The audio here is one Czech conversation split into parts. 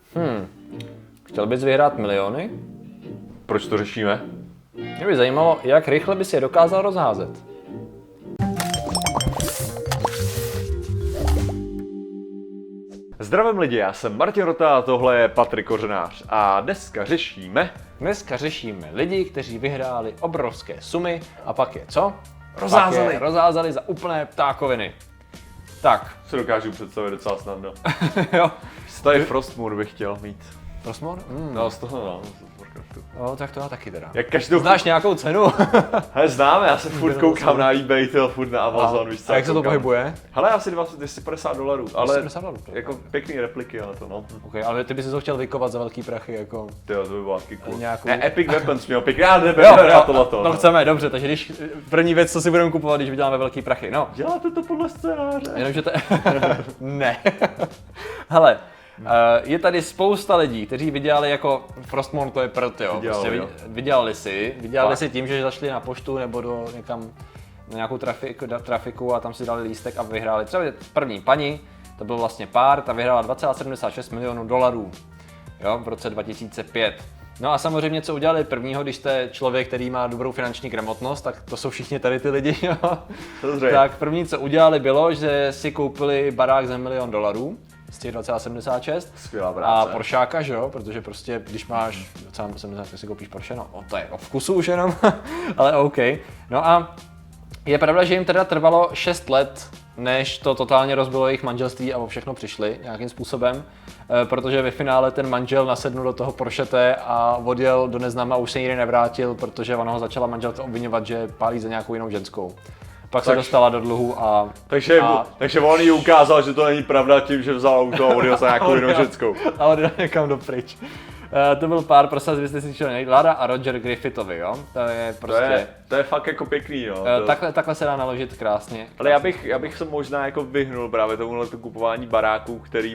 Chtěl bys vyhrát miliony? Proč to řešíme? Mě by zajímalo, jak rychle bys je dokázal rozházet. Zdravím lidi, já jsem Martin Rota a tohle je Patrik Kořenář a dneska řešíme lidi, kteří vyhráli obrovské sumy a pak je co? Rozházeli. Pak je rozházeli za úplné ptákoviny. Tak. se dokážu představit docela snadno. Jo. Tady Frostmourne bych chtěl mít. Frostmourne? No z toho no, z Warcraftu. No, tak to já taky teda. Jak každou... Znáš nějakou cenu? Hele, známe, já se furt koukám na eBay, furt na Amazon, víš co. A jak se to pohybuje? Hele, asi $250, ale $250, jako pěkný repliky na to, no. Okay, ale ty bys si to chtěl vykovat za velký prachy, jako... Tyjo, to by bylo taky cool. Nějakou... Ne, Epic Weapons měl pěkný, já neberu tohleto. No chceme, dobře, takže když první věc, co si budeme kupovat, když vyděláme velký prachy, no. Děláte to podle scénáře. Jenomže to... ne. Hele, je tady spousta lidí, kteří vydělali jako Frostmourne, to je prd, jo. Prostě vydělali si tím, že zašli na poštu nebo do někam na nějakou trafiku a tam si dali lístek a vyhráli. Třeba první paní, to byl vlastně pár, ta vyhrála $2,76 milionů, jo, v roce 2005. No a samozřejmě, co udělali prvního, když jste člověk, který má dobrou finanční gramotnost, tak to jsou všichni tady ty lidi, jo. Tak první, co udělali, bylo, že si koupili barák za $1 milion z těch 2,76. Skvělá práce. A Poršáka, že jo, protože prostě, když máš 2,70, tak si koupíš Porsche, no to je o vkusu už jenom, ale OK. No a je pravda, že jim teda trvalo 6 let, než to totálně rozbilo jejich manželství a o všechno přišli nějakým způsobem, protože ve finále ten manžel nasednul do toho Porschete a odjel do neznáma a už se nikdy nevrátil, protože ona ho začala manželka obviňovat, že pálí za nějakou jinou ženskou. Pak se dostala do dluhu a... Takže on jí ukázal, že to není pravda tím, že vzal auto a odjel za nějakou jinou ženskou. A odjel někam dopryč. To byl pár, prostě byste si chtěli najít, Lara a Roger Griffithovi, jo? To je prostě... To je fakt jako pěkný, jo? Takhle se dá naložit krásně. Ale já bych se možná jako vyhnul právě tomuhle kupování baráků,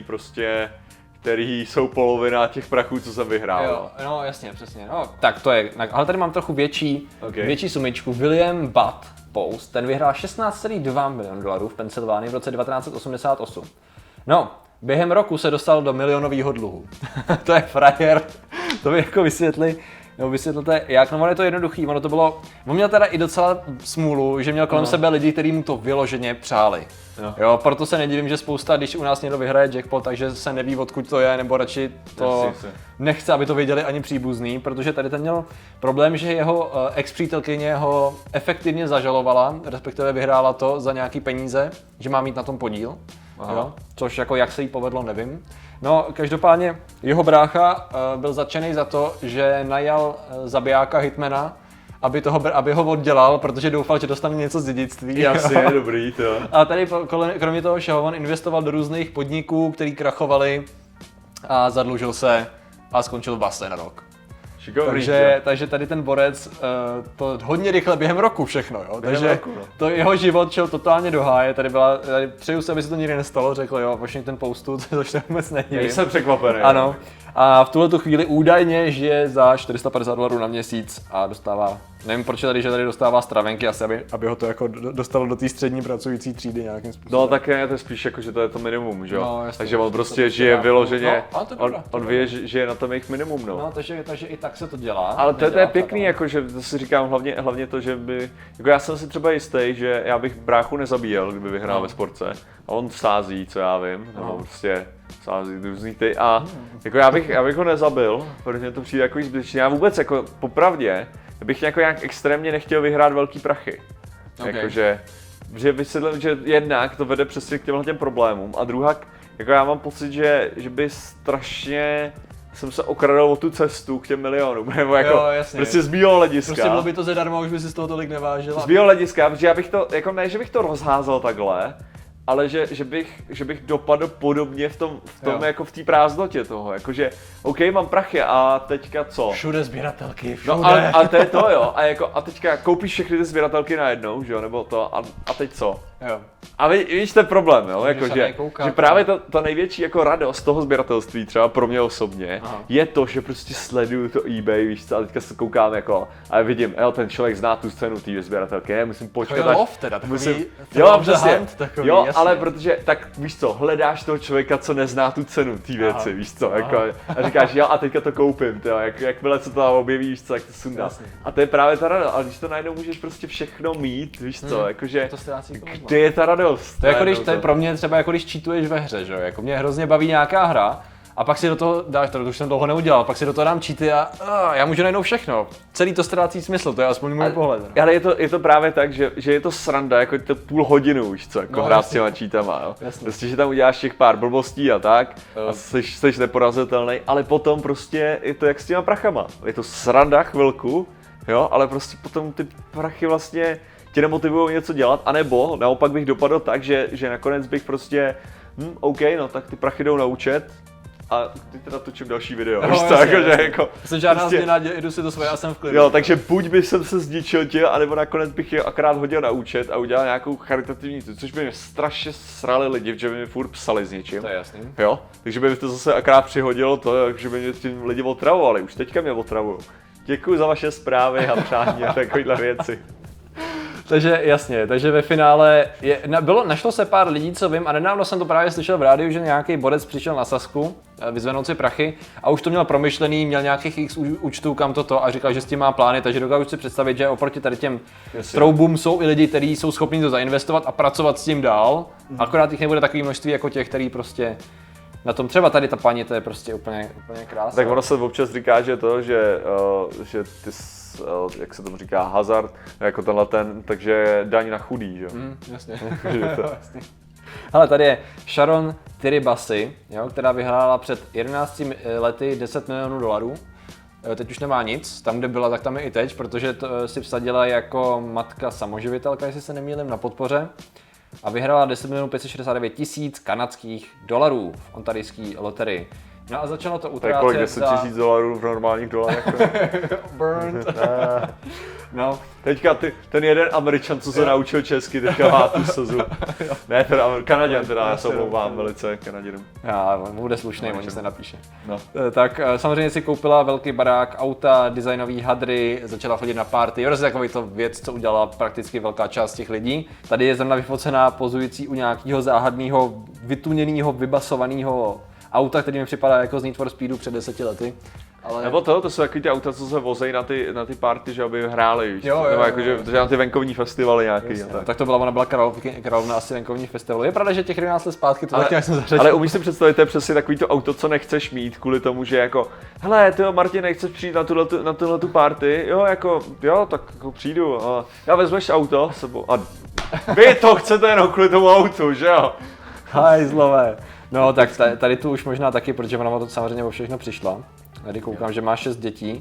který jsou polovina těch prachů, co jsem vyhrál. Jo, no jasně, přesně. No, tak to je, ale tady mám trochu větší sumičku. William Butt Post, ten vyhrál $16,2 milionu v Pensylvánii v roce 1988. No, během roku se dostal do milionového dluhu. To je frajer. To by jako vysvětlete, jak, no ono je to jednoduchý, on měl teda i docela smůlu, že měl kolem sebe lidi, kteří mu to vyloženě přáli. Jo, proto se nedivím, že spousta, když u nás někdo vyhraje jackpot, takže se neví, odkud to je, nebo radši to nechce, aby to věděli ani příbuzný, protože tady ten měl problém, že jeho ex-přítelkyně ho efektivně zažalovala, respektive vyhrála to za nějaký peníze, že má mít na tom podíl. Jo, což jako jak se jí povedlo, nevím. No, každopádně jeho brácha byl zatčený za to, že najal zabijáka hitmana, aby ho oddělal, protože doufal, že dostane něco z dědictví. Jasně, dobrý to. A tady kromě toho všeho on investoval do různých podniků, který krachovaly a zadlužil se a skončil v base na rok. Takže tady ten borec to hodně rychle během roku všechno, jo. Takže to jeho život šel totálně do háje. Tady přeju se, aby se to nikdy nestalo, řekl jo, Washington Postu, což se vůbec nedivím. Nejsem překvapený. Ano. A v tuhletu chvíli údajně žije za $450 na měsíc a dostává, nevím proč je tady, že tady dostává stravenky, asi aby ho to jako dostalo do té střední pracující třídy nějakým způsobem. No tak je to spíš jako, že to je to minimum, že jo? No, takže on prostě žije vyloženě, on ví, že žije na tom jejich minimum, no. No, takže i tak se to dělá. Ale to je pěkný, jako, že to si říkám hlavně to, že by, jako já jsem si třeba jistý, že já bych bráchu nezabíjel, kdyby vyhrál ve sportce. A on sází, co já vím, nebo prostě sází různý ty a jako já bych ho nezabil, protože mě to přijde jako zbytečný. Já vůbec jako popravdě bych jako nějak extrémně nechtěl vyhrát velký prachy. Jakože, že vysvětlím, že jednak to vede přesně k těm problémům a druhá, jako já mám pocit, že by strašně jsem se okradl o tu cestu k těm milionům, nebo jako prostě z mýho hlediska. Prostě bylo by to zadarmo, už by si z toho tolik nevážil. Z mýho hlediska, protože já bych to, jako ne, že bych to rozházel takhle, ale že bych dopadl podobně v tom jako v té prázdnotě toho, jakože OK, mám prachy a teďka co? Všude sběratelky, všude. No ale to je to jo, a teďka koupíš všechny ty sběratelky najednou, že jo, nebo to a teď co? Jo. A víš, ten problém, jo? Jako, že koukat, právě ta největší jako radost toho sběratelství, třeba pro mě osobně, je to, že prostě sleduju to eBay, víš co, a teďka se koukám jako, a vidím, ten člověk zná tu cenu té sběratelky, já musím počkat, až... teda, takový, jo, přesně, takový, jo, jasně. ale protože, tak víš co, hledáš toho člověka, co nezná tu cenu té věci, víš co, jako, a říkáš, jo, a teďka to koupím, tyjo, jakmile se to tam objeví, víš co, jak to sundá. A to je právě ta radost, ale když to najednou můžeš prostě všechno mít, víš co, jakože, kde je ta radost? To je jako když, to je pro mě třeba jako když cheatuješ ve hře, že jo, jako mě hrozně baví nějaká hra a pak si do toho dáš, to už jsem dlouho neudělal, pak si do toho dám cheaty a já můžu najednou všechno. Celý to ztrácí smysl, to je aspoň můj pohled. No. Ale je to právě tak, že je to sranda, jako to půl hodinu už co, jako hrát s těma cheatama, jo. Prostě, že tam uděláš těch pár blbostí a tak a jsi neporazitelný, ale potom prostě je to jak s těma prachama. Je to sranda chvilku, jo, ale prostě potom ty prachy vlastně tě nemotivují něco dělat, anebo naopak bych dopadl tak, že nakonec bych prostě, OK, no tak ty prachy jdou na účet a ty teda točím další video, víš co, jako jsem žádná prostě, změna, jdu si to svoje a jsem v klidu. Jo, takže buď bych se zničil tě, anebo nakonec bych je akorát hodil na účet a udělal nějakou charitativní, což by mě strašně srali lidi, že by mi furt psali s něčím. To je jasný. Jo, takže by mi to zase akorát přihodilo to, že by mě tím lidi otravovali, už teďka mě otravujou. Děkuji za vaše zprávy a přání a takovýhle věci. Takže jasně, takže ve finále našlo se pár lidí, co vím, a nedávno jsem to právě slyšel v rádiu, že nějaký borec přišel na Sazku vyzvenout si prachy a už to měl promyšlený, měl nějakých x účtů kam toto a říkal, že s tím má plány, takže dokážu si představit, že oproti tady těm troubům jsou i lidi, kteří jsou schopni to zainvestovat a pracovat s tím dál, akorát jich nebude takový množství jako těch, který prostě na tom třeba tady ta paní, to je prostě úplně krásné. Tak ono se občas říká, že to, že ty, jak se tomu říká, hazard, jako tenhle ten, takže daň na chudý, že? Jasně. Hele, tady je Sharon Tiribasi, jo, která vyhrála před 11 lety $10 milionů. Teď už nemá nic, tam kde byla, tak tam je i teď, protože to si vsadila jako matka samoživitelka, jestli se nemýlím, na podpoře. A vyhrála 10 569 000 kanadských dolarů v ontarijské loterii. No a začalo to utrácet. To je kolik, 10 000 $, v normálních dolarech? Burnt. No. Teďka ten jeden Američan, co se naučil česky, teďka má tu slzu. Ne, Kanaděn teda, já se omlouvám velice Kanaděnům. Já, bude slušný, on se napíše. No. Tak samozřejmě si koupila velký barák, auta, designový hadry, začala chodit na party. Je takový to věc, co udělala prakticky velká část těch lidí. Tady je zrovna vyfocená pozující u nějakého záhadného, vytuněného, vybasovaného auta, který mi připadá jako z Need for Speedu před 10 lety. Ale... Nebo to jsou takový ty auta, co se vozejí na ty party, že aby hráli, víš? Jo, nebo jakože na ty venkovní festivaly nějaký. Tak to byla, ona byla královna asi venkovních festivalů. Je pravda, že těch 11 let zpátky to tak nějak jsem zařadil. Ale umíš si představit, to je přesně takový to auto, co nechceš mít kvůli tomu, že jako hele, tyjo, Martin, nechceš přijít na tuhletu party? Jo, tak jako přijdu. Já vezmeš auto sebou. A vy to chcete jenom kvůli tomu autu, že jo? Hajzlové. No tak tady tu už možná taky, protože ona to samozřejmě o všechno přišla. Tady koukám, že má 6 dětí.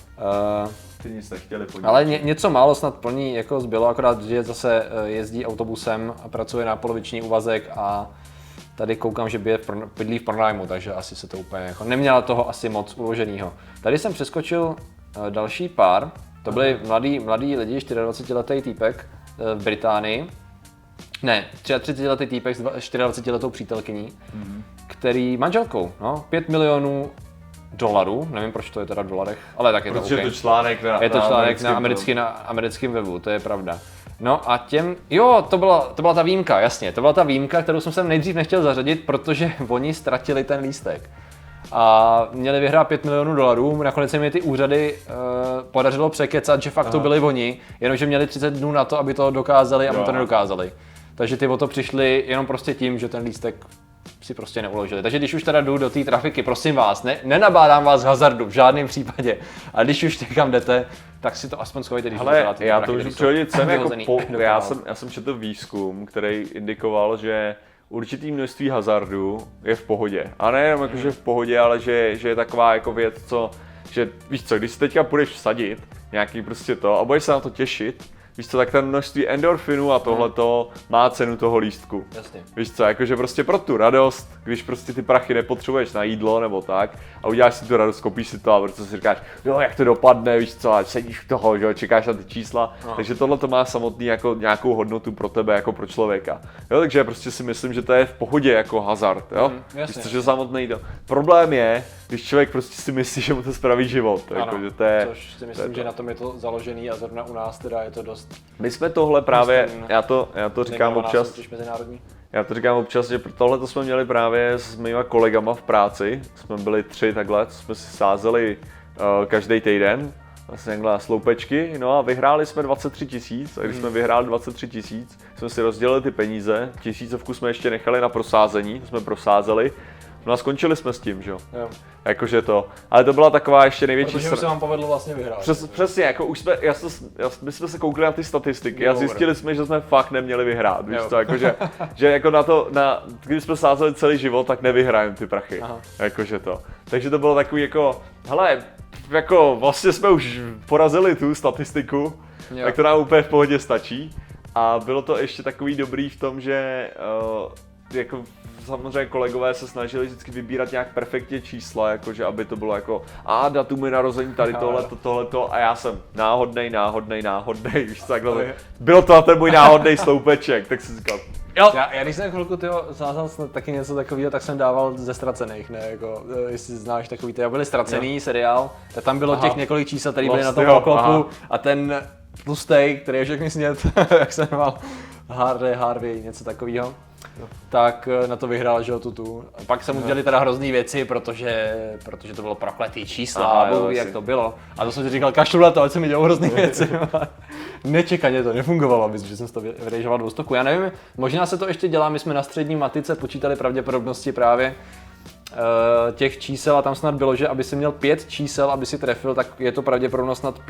Ty nic nechtěli podívat. Ale něco málo snad plní jako zbylo, akorát, že zase jezdí autobusem a pracuje na poloviční úvazek a tady koukám, že bydlí v pronájmu, takže asi se to úplně jako neměla toho asi moc uloženýho. Tady jsem přeskočil další pár, to byli mladí lidi, 24letý týpek v Británii. Ne, 33letý týpek s 24letou přítelkyní, který manželkou, no, $5 milionů, nevím proč to je teda v dolarech, ale tak je to protože okay. Je to článek na americkém webu, to je pravda. No a to byla ta výjimka, jasně, to byla ta výjimka, kterou jsem sem nejdřív nechtěl zařadit, protože oni ztratili ten lístek. A měli vyhrát $5 milionů, nakonec se mi ty úřady podařilo překecat, že fakt to byli oni, jenomže měli 30 dnů na to, aby to dokázali a mu to nedokázali. Takže ty o to přišli jenom prostě tím, že ten lístek si prostě neuložili. Takže když už teda jdu do té trafiky, prosím vás, nenabádám vás k hazardu v žádném případě, ale když už někam jdete, tak si to aspoň schovejte, když hele, já to už přehodit sem jako já jsem četl výzkum, který indikoval, že určitý množství hazardu je v pohodě. A nejenom jako, že v pohodě, ale že je taková jako věc, že víš co, když si teďka půjdeš vsadit nějaký prostě to a budeš se na to těšit, víš co, tak ten množství endorfinu a tohleto má cenu toho lístku. Jasně. Víš co, jakože prostě pro tu radost, když prostě ty prachy nepotřebuješ na jídlo nebo tak a uděláš si tu radost, koupíš si to a prostě si říkáš, jo, jak to dopadne, víš co, a sedíš v toho, že jo, čekáš na ty čísla, takže tohle to má samotný jako nějakou hodnotu pro tebe jako pro člověka. Jo, takže prostě si myslím, že to je v pohodě jako hazard, jo. Víš co, že samotný to. Problém je, když člověk prostě si myslí, že mu to spraví život, jako, že to je. Což si myslím, že na tom je to založený a zrovna u nás teda je to dost. My jsme tohle právě, já to říkám občas. Já to říkám občas, že tohle to jsme měli právě s mýma kolegama v práci. Jsme byli 3 takhle, jsme si sázeli každý týden, vlastně takhle sloupečky, no a vyhráli jsme 23 000 a když jsme vyhráli 23 000, jsme si rozdělili ty peníze, 1000 jsme ještě nechali na prosázení, to jsme prosázeli. No a skončili jsme s tím, že jo? Jakože to. Ale to byla taková ještě největší Protože už se vám povedlo vlastně vyhrát. Přesně, jako už jsme, my jsme se koukli na ty statistiky a zjistili jsme, že jsme fakt neměli vyhrát, víš co, jakože, že jako když jsme sázeli celý život, tak nevyhrajeme ty prachy, jakože to. Takže to bylo takový jako, hele, jako vlastně jsme už porazili tu statistiku, tak to nám úplně v pohodě stačí. A bylo to ještě takový dobrý v tom, že jako samozřejmě kolegové se snažili vždycky vybírat nějak perfektně čísla, jakože aby to bylo jako datumy narození tady tohleto a já jsem náhodnej, víš co, takhle. Bylo to na ten můj náhodnej sloupeček, tak si říkal, jo. Já když jsem chvilku sázal taky něco takového, tak jsem dával ze ztracených, ne, jako, jestli znáš takový, byli ztracený seriál, tak tam bylo těch několik čísel, který byly na tom oklopu a ten tlustej, který je všechny snět, jak se jmenoval, Harvey, něco takového. Tak na to vyhrál, že jo, tu. Pak jsem mu dělali teda hrozný věci, protože to bylo prokletý čísla, jak to bylo. A to jsem si říkal, kašlu na to, ať se mi dělou hrozný věci. Nečekaně to nefungovalo, myslím, že jsem to vyrejžoval 200. Já nevím, možná se to ještě dělá, my jsme na střední matice počítali pravděpodobnosti právě těch čísel a tam snad bylo, že aby si měl 5 čísel, aby si trefil, tak je to pravděpodobnost snad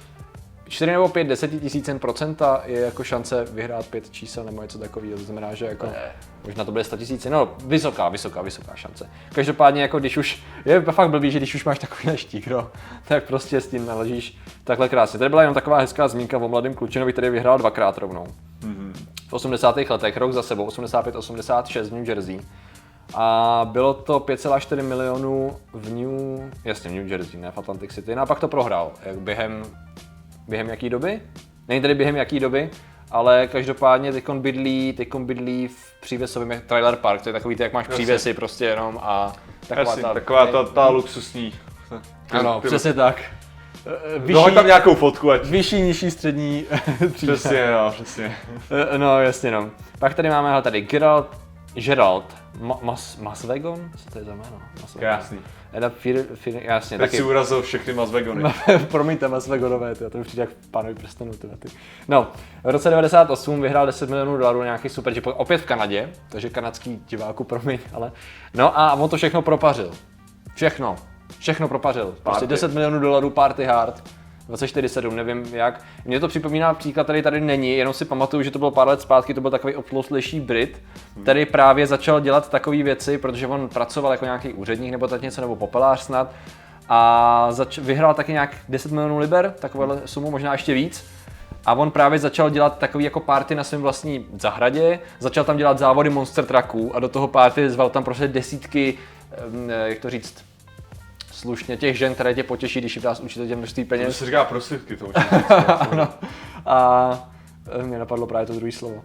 4 nebo 5 desetisícin procenta je jako šance vyhrát 5 čísel nebo něco takového, to znamená, že jako možná to bude 100 000, no vysoká šance. Každopádně jako když už, je fakt blbý, že když už máš takový štík, no, tak prostě s tím naložíš takhle krásně. Tady byla jenom taková hezká zmínka o mladém klučinovi, který vyhrál 2krát rovnou. V 80. letech, rok za sebou, 85-86 v New Jersey. A bylo to 5,4 milionů v New Jersey, ne v Atlantic City, no a pak to prohrál, jak během jaký doby? Není tady během jaký doby, ale každopádně teďkon bydlí v přívěsovém trailer park, to je takový, jak máš přívěsy prostě jenom a taková ta luxusní. Ano, přesně tak. Dohoď tam nějakou fotku, ať. Vyšší, nižší, střední třída. Přesně. No, jasně no. Pak tady máme tady Gerald Masvegon? Co to je za jméno? Krásný. Jasně, teď si urazil všechny Masvegony. Promiňte, Masvegonové, to už přijde jak v Pánovi prstenů. No, v roce 98 vyhrál $10 milionů na nějaký super G, opět v Kanadě, takže kanadský diváku, promiň, ale... No a on to všechno propařil. Všechno propařil. Prostě $10 milionů party hard. 24/7, nevím jak. Mně to připomíná příklad, který tady není, jenom si pamatuju, že to bylo pár let zpátky, to byl takový obtlostlejší Brit, který právě začal dělat takové věci, protože on pracoval jako nějaký úředník nebo tak něco, nebo popelář snad. A vyhrál taky nějak 10 milionů liber, takovou sumu, možná ještě víc. A on právě začal dělat takový jako party na svém vlastní zahradě, začal tam dělat závody monster trucků a do toho party zval tam prostě desítky, jak to říct, slušně těch žen, které tě potěší, když jim dáš určitě množství peněz. To se říká prostitky, to určitě. Ano. A mě napadlo právě to druhé slovo.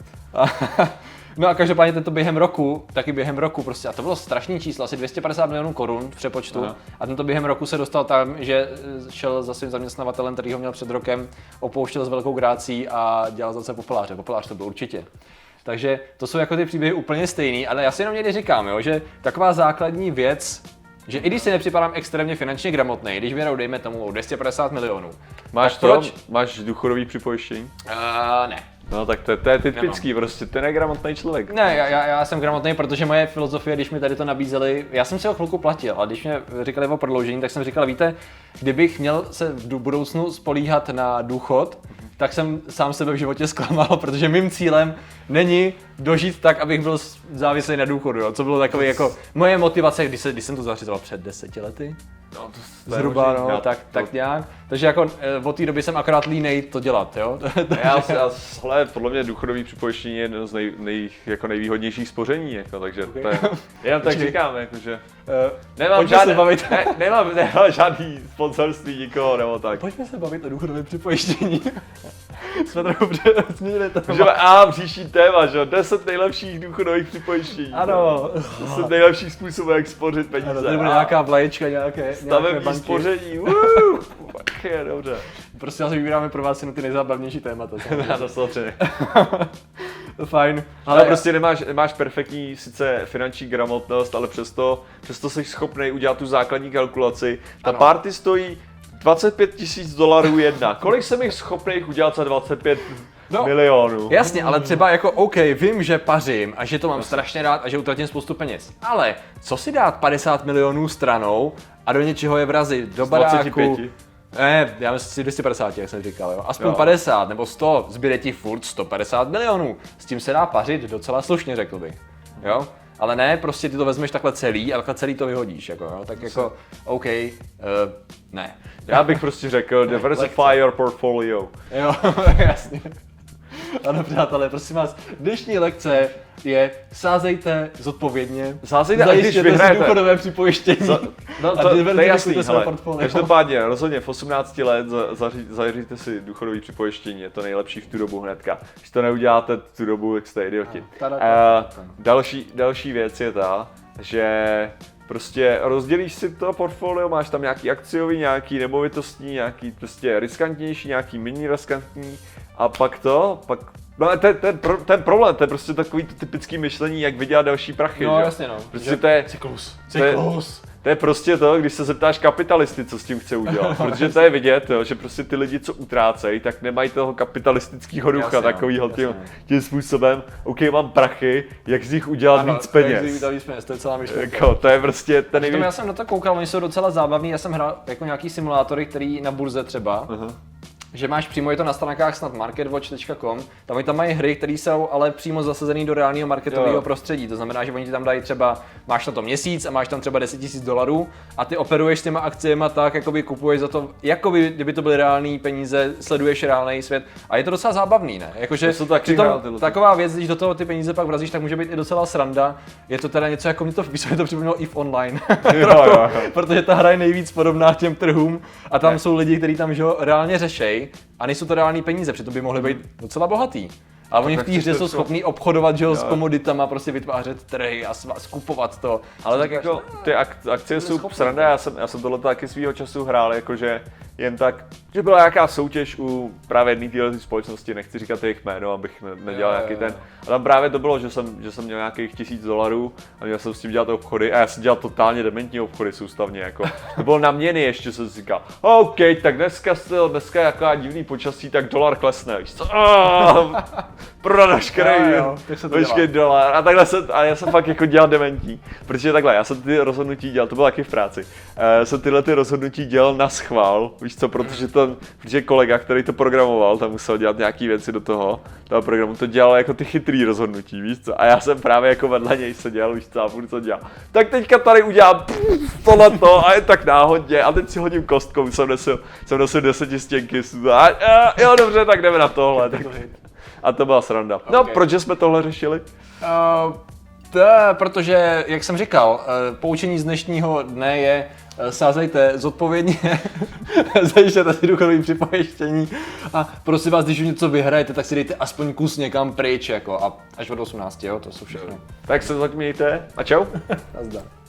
No a každopádně tento během roku prostě, a to bylo strašný číslo, asi 250 milionů korun v přepočtu. Aha. A tento během roku se dostal tam, že šel za svým zaměstnavatelem, který ho měl před rokem, opouštěl s velkou grácí a dělal zase popeláře. Popelář to byl určitě. Takže to jsou jako ty příběhy úplně stejný, ale já si jenom někdy říkám, jo, že taková základní věc, že i když si nepřipadám extrémně finančně gramotný, když věrou dejme tomu 250 milionů. Máš důchodový připojištění? Ne. No tak to je typický, prostě ten je gramotný člověk. Ne, já jsem gramotný, protože moje filozofie, když mi tady to nabízeli, já jsem si ho chvilku platil, a když mě říkali o prodloužení, tak jsem říkal, víte, kdybych měl se v budoucnu spolíhat na důchod, tak jsem sám sebe v životě zklamal, protože mým cílem není dožít tak, abych byl závislý na důchodu, jo? Co bylo takové jako moje motivace, když jsem to zařizoval před 10 lety, No, zhruba, no, tak nějak. Takže jako od té doby jsem akorát línej to dělat, jo? Hele, podle mě důchodový připojištění je jedno z jako nejvýhodnějších spoření, jako, takže okay. To je, jenom tak říkám, jakože nemám žádný sponsorství nikoho nebo tak. Pojďme se bavit o důchodovém připojištění. Jsme trochu změnili téma. Příští téma, že 10 nejlepších důchodových připojištění. Ano. 10 nejlepších způsobů, jak spořit peníze. Ano, tady bude nějaká vlaječka, nějaké stavební spoření. Je dobře. Prostě asi vybíráme pro vás jenom ty nejzábavnější témata. To samozřejmě. Fajn. Ale prostě nemáš perfektní sice finanční gramotnost, ale přesto jsi schopný udělat tu základní kalkulaci. Ta party stojí $25,000 jedna. Kolik jsem jich schopných udělat za 25 milionů? Jasně, ale třeba jako OK, vím, že pařím a že to mám strašně rád a že utratím spoustu peněz. Ale co si dát 50 milionů stranou a do něčeho je vrazit? Do baráku? 25. Ne, já myslím si 250, jak jsem říkal, jo. Aspoň 50 nebo 100, zbyde ti furt 150 milionů. S tím se dá pařit docela slušně, řekl bych. Jo? Ale ne, prostě ty to vezmeš takhle celý a takhle celý to vyhodíš, jako, jo. Tak jako, OK, ne. Já bych prostě řekl, diversify your portfolio. Jo, jasně. Ano, přátelé, prosím vás, dnešní lekce je sázejte zodpovědně, když vyhrajete důchodové připojištění to je jasný, hele, každopádně rozhodně v 18 let zaříte si důchodové připojištění, je to nejlepší v tu dobu hnedka. Když to neuděláte tu dobu, jak jste idioti. Další věc je ta, že prostě rozdělíš si to portfolio, máš tam nějaký akciový, nějaký nemovitostní, nějaký prostě riskantnější, nějaký méně riskantní a pak no ten problém, to je prostě takový to typický myšlení, jak vydělat další prachy, no, že? Jasně, no. Prostě to je cyklus. To je prostě to, když se zeptáš kapitalisty, co s tím chce udělat, protože to je vidět, jo, že prostě ty lidi, co utrácejí, tak nemají toho kapitalistického ducha takovýho tím způsobem, OK, mám prachy, jak z nich udělat víc peněz. To je celá myšlenka. Jako, to je prostě ten nejvíc. Já jsem na to koukal, oni jsou docela zábavní, já jsem hrál jako nějaký simulátory, který na burze třeba. Že máš přímo, je to na stránkách snad marketwatch.com, tam mají hry, které jsou ale přímo zasazený do reálného marketového prostředí. To znamená, že oni ti tam dají třeba, máš na to měsíc a máš tam třeba $10,000 a ty operuješ s těma akciemi tak, jakoby kupuješ za to, jakoby kdyby to byly reální peníze, sleduješ reálný svět a je to docela zábavný, ne? Jakože taková věc, když do toho ty peníze pak vrazíš, tak může být i docela sranda. Je to teda něco jako mě to připomínalo i v online. Protože ta hra je nejvíc podobná těm trhům a tam jsou lidi, kteří tam reálně řešejí. A nejsou to reální peníze, přitom by mohli být docela bohatý. Ale oni v té hře jsou schopní obchodovat s komoditama, prostě vytvářet trhy a skupovat to. Ale tak jako ty akcie jsou sranda, já jsem tohle taky svýho času hrál, jakože jen tak, že byla nějaká soutěž u právě jedné téhle společnosti, nechci říkat jejich jméno, abych nedělal nějaký ten. A tam právě to bylo, že jsem měl nějakých $1,000 a měl jsem s tím dělat obchody a já jsem dělal totálně dementní obchody soustavně, jako. To bylo na měny ještě, jsem si říkal, OK, tak dneska je jaká divný počasí, tak dolar klesne, víš co? Prodat veškerý dolar a takhle já jsem fakt jako dělal dementní, protože takhle, já jsem ty rozhodnutí dělal, to bylo taky v práci, jsem tyhle ty rozhodnutí dělal na schvál, víš co, protože kolega, který to programoval, tam musel dělat nějaký věci do toho programu, to dělal jako ty chytrý rozhodnutí, víš co, a já jsem právě jako vedle něj seděl, víš co, a furt co dělal. Tak teďka tady udělám tohleto a je tak náhodně a teď si hodím kostkou, jsem nosil 10 stěnky a jo dobře, tak jdeme na tohle. A to byla sranda. Okay. No, proč jsme tohle řešili? Protože, jak jsem říkal, poučení z dnešního dne je sázejte zodpovědně, zajištěte si důchodové připojištění a prosím vás, když něco vyhrajete, tak si dejte aspoň kus někam pryč, jako a až od 18, jo, to jsou všechno. Tak se zatím mějte a čau. Nazdar.